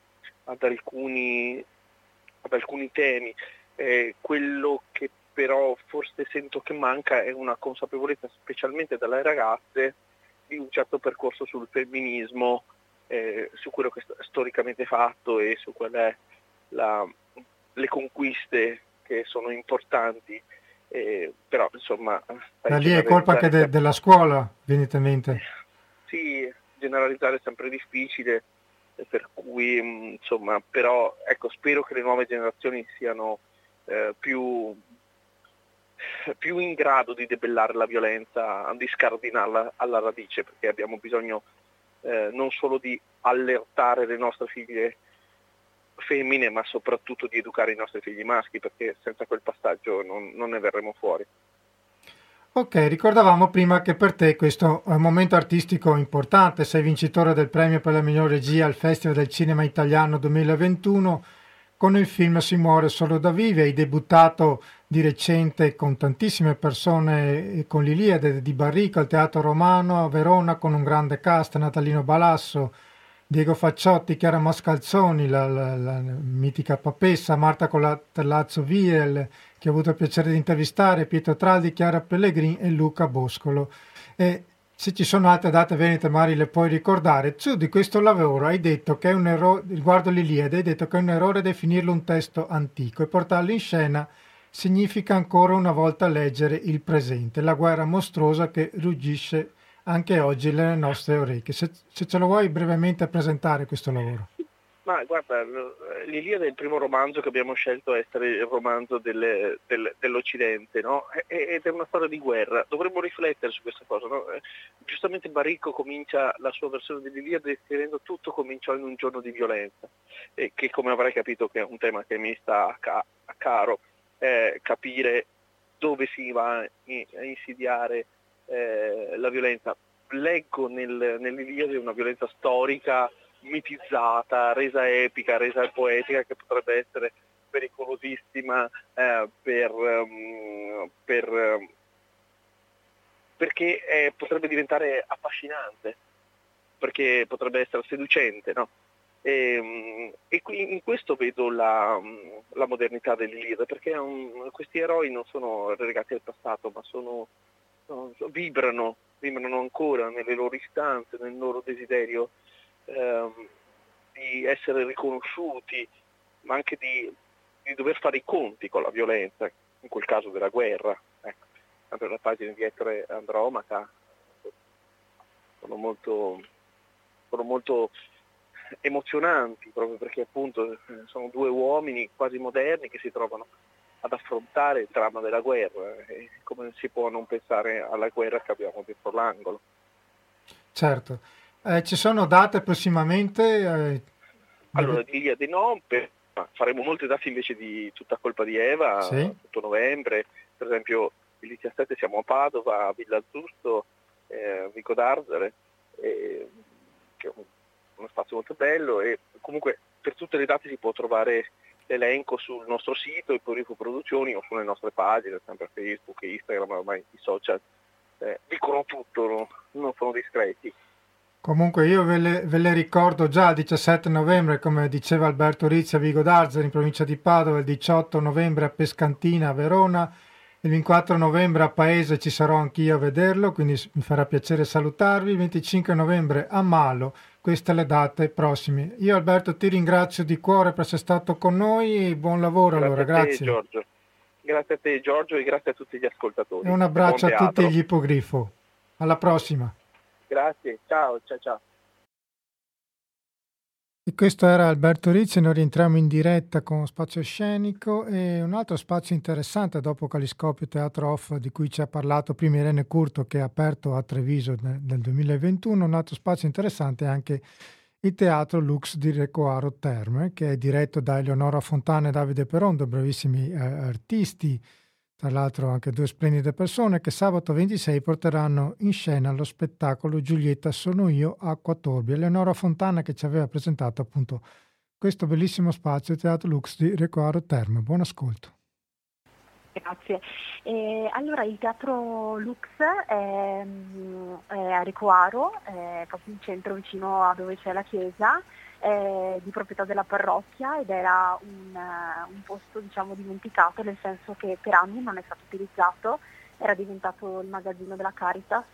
temi. Quello che però forse sento che manca è una consapevolezza, specialmente dalle ragazze, di un certo percorso sul femminismo, su quello che è storicamente fatto e su quelle le conquiste che sono importanti. Però insomma Da lì è colpa anche della scuola, evidentemente. Sì, generalizzare è sempre difficile, per cui insomma, però ecco, spero che le nuove generazioni siano più in grado di debellare la violenza, di scardinarla alla radice, perché abbiamo bisogno non solo di allertare le nostre figlie femmine, ma soprattutto di educare i nostri figli maschi, perché senza quel passaggio non ne verremo fuori. Ok, ricordavamo prima che per te questo è un momento artistico importante, sei vincitore del premio per la miglior regia al Festival del Cinema Italiano 2021 con il film Si muore solo da vive, hai debuttato di recente con tantissime persone, con l'Iliade di Barrico al Teatro Romano a Verona con un grande cast, Natalino Balasso, Diego Facciotti, Chiara Mascalzoni, la mitica Papessa, Marta Collatellazzo Viel, che ho avuto il piacere di intervistare, Pietro Traldi, Chiara Pellegrin e Luca Boscolo. E se ci sono altre date venete magari le puoi ricordare. Tu di questo lavoro hai detto che è un errore, riguardo l'Iliade, hai detto che è un errore definirlo un testo antico e portarlo in scena significa ancora una volta leggere il presente, la guerra mostruosa che ruggisce anche oggi nelle nostre orecchie. Se ce lo vuoi brevemente presentare questo lavoro. Ma guarda, l'Iliade è il primo romanzo che abbiamo scelto essere il romanzo dell'Occidente, no? Ed è una storia di guerra. Dovremmo riflettere su questa cosa, no? Giustamente Baricco comincia la sua versione dell'Iliade scrivendo tutto cominciò in un giorno di violenza, che come avrai capito che è un tema che mi sta a caro, capire dove si va a insidiare la violenza. Leggo nell'Iliade una violenza storica mitizzata, resa epica, resa poetica, che potrebbe essere pericolosissima perché potrebbe diventare affascinante, perché potrebbe essere seducente, no? E qui in questo vedo la modernità dell'Iliade, perché questi eroi non sono relegati al passato, ma vibrano ancora nelle loro istanze, nel loro desiderio di essere riconosciuti, ma anche di dover fare i conti con la violenza, in quel caso della guerra. Ecco, sempre le pagine di Ettore Andromaca sono molto emozionanti, proprio perché appunto sono due uomini quasi moderni che si trovano ad affrontare il dramma della guerra, e come si può non pensare alla guerra che abbiamo dietro l'angolo. Certo. Ci sono date prossimamente? Allora, di Iliade no, ma faremo molte date invece di Tutta colpa di Eva, sì. Tutto novembre, per esempio il 17 siamo a Padova, a Villa Azzurro, Vico d'Arzere, che è uno spazio molto bello, e comunque per tutte le date si può trovare l'elenco sul nostro sito, i Porico Produzioni, o sulle nostre pagine, sempre Facebook e Instagram, ormai i social dicono tutto, non sono discreti. Comunque io ve le ricordo già il 17 novembre, come diceva Alberto Rizzi, a Vigo d'Arzere in provincia di Padova, il 18 novembre a Pescantina a Verona, il 24 novembre a Paese ci sarò anch'io a vederlo, quindi mi farà piacere salutarvi, il 25 novembre a Malo, queste le date prossime. Io Alberto ti ringrazio di cuore per essere stato con noi e buon lavoro. Grazie allora, a te, grazie. Giorgio. Grazie a te Giorgio e grazie a tutti gli ascoltatori. E un abbraccio a tutti gli Ipogrifo. Alla prossima. Grazie, ciao. E questo era Alberto Rizzi, noi rientriamo in diretta con Spazio Scenico e un altro spazio interessante dopo Caliscopio Teatro Off di cui ci ha parlato prima Irene Curto, che ha aperto a Treviso nel 2021, un altro spazio interessante è anche il Teatro Lux di Recoaro Terme, che è diretto da Eleonora Fontana e Davide Perondo, bravissimi artisti, tra l'altro anche due splendide persone, che sabato 26 porteranno in scena lo spettacolo Giulietta sono io, Acqua Torbia. Eleonora Fontana che ci aveva presentato appunto questo bellissimo spazio Teatro Lux di Recoaro Terme. Buon ascolto. Grazie. Allora, il Teatro Lux è a Recoaro, è proprio in centro vicino a dove c'è la chiesa, è di proprietà della parrocchia ed era un posto diciamo dimenticato, nel senso che per anni non è stato utilizzato, era diventato il magazzino della Caritas.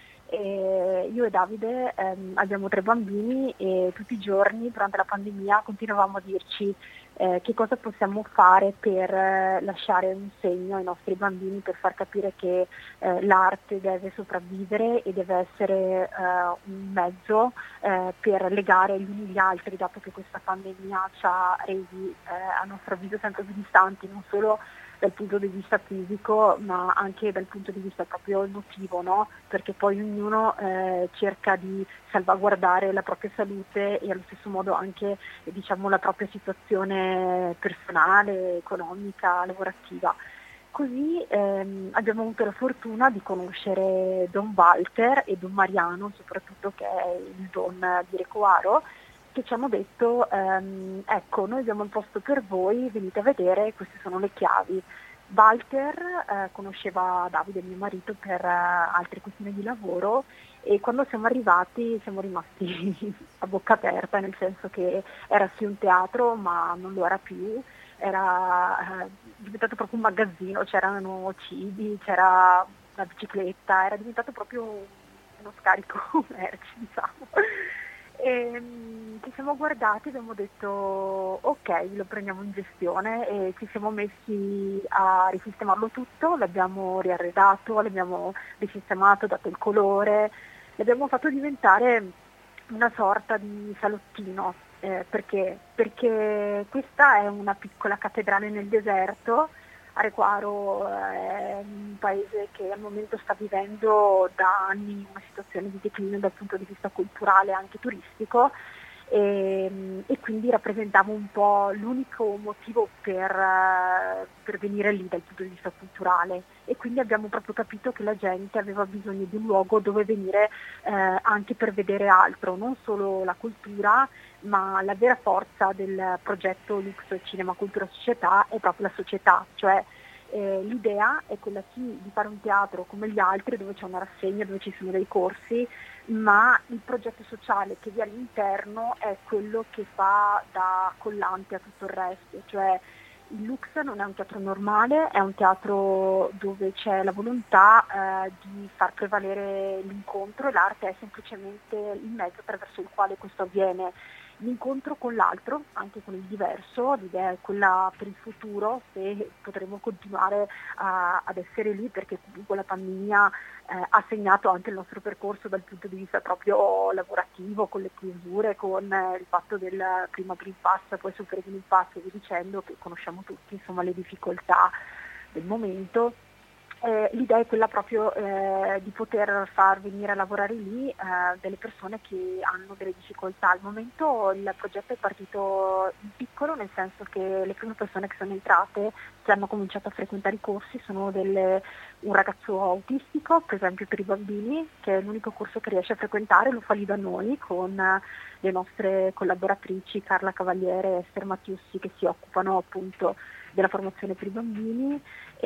E io e Davide abbiamo 3 bambini e tutti i giorni durante la pandemia continuavamo a dirci che cosa possiamo fare per lasciare un segno ai nostri bambini, per far capire che l'arte deve sopravvivere e deve essere un mezzo per legare gli uni gli altri, dato che questa pandemia ci ha resi a nostro avviso sempre più distanti, non solo dal punto di vista fisico ma anche dal punto di vista proprio emotivo, no? Perché poi ognuno cerca di salvaguardare la propria salute e allo stesso modo anche diciamo, la propria situazione personale, economica, lavorativa. Così abbiamo avuto la fortuna di conoscere Don Walter e Don Mariano, soprattutto che è il Don di Recoaro, che ci hanno detto ecco, noi abbiamo il posto per voi, venite a vedere, queste sono le chiavi. Walter conosceva Davide, mio marito, per altre questioni di lavoro e quando siamo arrivati siamo rimasti a bocca aperta, nel senso che era sì un teatro ma non lo era più, era diventato proprio un magazzino, c'erano cibi, c'era la bicicletta, era diventato proprio uno scarico merci, diciamo. E ci siamo guardati e abbiamo detto ok, lo prendiamo in gestione e ci siamo messi a risistemarlo tutto, l'abbiamo riarredato, l'abbiamo risistemato, dato il colore, l'abbiamo fatto diventare una sorta di salottino. Perché? Perché questa è una piccola cattedrale nel deserto. Recoaro è un paese che al momento sta vivendo da anni una situazione di declino dal punto di vista culturale e anche turistico e quindi rappresentava un po' l'unico motivo per venire lì dal punto di vista culturale e quindi abbiamo proprio capito che la gente aveva bisogno di un luogo dove venire anche per vedere altro, non solo la cultura ma la vera forza del progetto Lux Cinema Cultura Società è proprio la società, cioè l'idea è quella sì di fare un teatro come gli altri dove c'è una rassegna, dove ci sono dei corsi, ma il progetto sociale che vi è all'interno è quello che fa da collante a tutto il resto, cioè il Lux non è un teatro normale, è un teatro dove c'è la volontà di far prevalere l'incontro e l'arte è semplicemente il mezzo attraverso il quale questo avviene. L'incontro con l'altro, anche con il diverso, l'idea è quella per il futuro, se potremo continuare ad essere lì, perché comunque la pandemia ha segnato anche il nostro percorso dal punto di vista proprio lavorativo, con le chiusure, con il fatto del prima Green Pass, poi Super Green Pass e via dicendo, che conosciamo tutti, insomma, le difficoltà del momento. L'idea è quella proprio di poter far venire a lavorare lì delle persone che hanno delle difficoltà. Al momento il progetto è partito in piccolo, nel senso che le prime persone che sono entrate, che hanno cominciato a frequentare i corsi, sono un ragazzo autistico, per esempio per i bambini, che è l'unico corso che riesce a frequentare, lo fa lì da noi con le nostre collaboratrici Carla Cavaliere e Esther Mattiussi, che si occupano appunto della formazione per i bambini.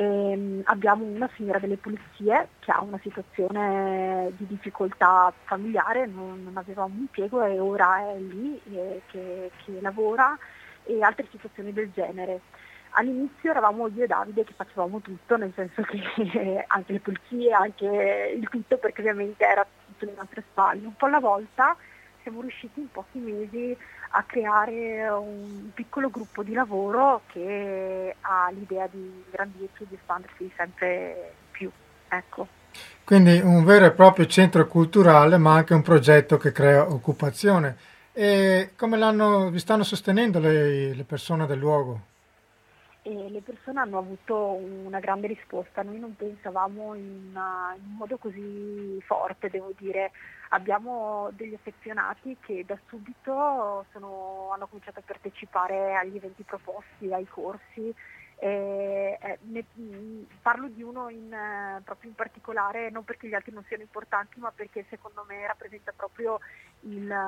Abbiamo una signora delle pulizie che ha una situazione di difficoltà familiare, non aveva un impiego e ora è lì che lavora, e altre situazioni del genere. All'inizio eravamo io e Davide che facevamo tutto, nel senso che anche le pulizie, anche il tutto, perché ovviamente era tutto le nostre spalle. Un po' alla volta siamo riusciti in pochi mesi a creare un piccolo gruppo di lavoro che ha l'idea di ingrandirsi e di espandersi sempre più. Ecco. Quindi un vero e proprio centro culturale, ma anche un progetto che crea occupazione. E come vi stanno sostenendo le persone del luogo? E le persone hanno avuto una grande risposta. Noi non pensavamo in un modo così forte, devo dire. Abbiamo degli affezionati che da subito hanno cominciato a partecipare agli eventi proposti, ai corsi. Parlo di uno proprio in particolare, non perché gli altri non siano importanti, ma perché secondo me rappresenta proprio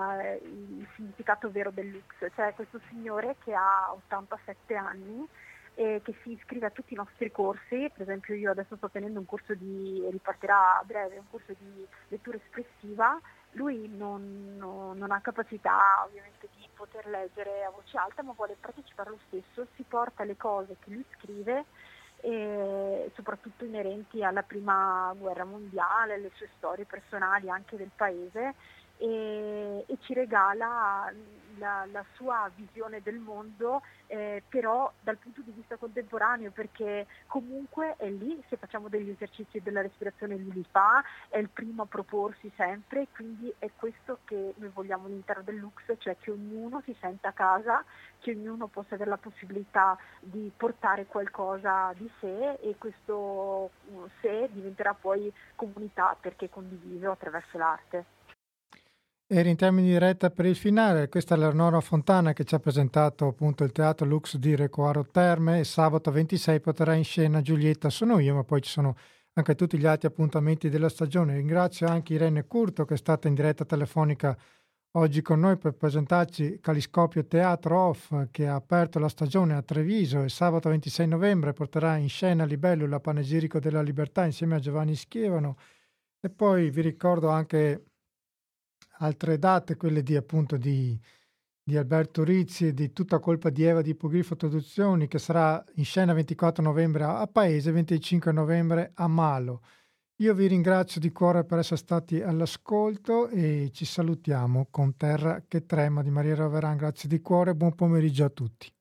il significato vero del Lux. Cioè questo signore che ha 87 anni che si iscrive a tutti i nostri corsi. Per esempio io adesso sto tenendo un corso ripartirà a breve, un corso di lettura espressiva. Lui non ha capacità ovviamente di poter leggere a voce alta, ma vuole partecipare lo stesso, si porta le cose che lui scrive, soprattutto inerenti alla prima guerra mondiale, le sue storie personali anche del paese, e ci regala la sua visione del mondo, però dal punto di vista contemporaneo, perché comunque è lì, se facciamo degli esercizi della respirazione lui li fa, è il primo a proporsi sempre, quindi è questo che noi vogliamo all'interno del Lux, cioè che ognuno si senta a casa, che ognuno possa avere la possibilità di portare qualcosa di sé, e questo sé diventerà poi comunità perché è condiviso attraverso l'arte. Eri in termini di retta per il finale, questa è Leonora Fontana che ci ha presentato appunto il Teatro Lux di Recoaro Terme, e sabato 26 potrà in scena Giulietta Sono io, ma poi ci sono anche tutti gli altri appuntamenti della stagione. Ringrazio anche Irene Curto che è stata in diretta telefonica oggi con noi per presentarci Caliscopio Teatro Off, che ha aperto la stagione a Treviso, e sabato 26 novembre porterà in scena Libellula Panegirico della Libertà insieme a Giovanni Schiavano. E poi vi ricordo anche altre date, quelle di appunto di Alberto Rizzi e di Tutta colpa di Eva di Ipogrifo Traduzioni, che sarà in scena 24 novembre a Paese, 25 novembre a Malo. Io vi ringrazio di cuore per essere stati all'ascolto e ci salutiamo con Terra che trema di Maria Raveran. Grazie di cuore, buon pomeriggio a tutti.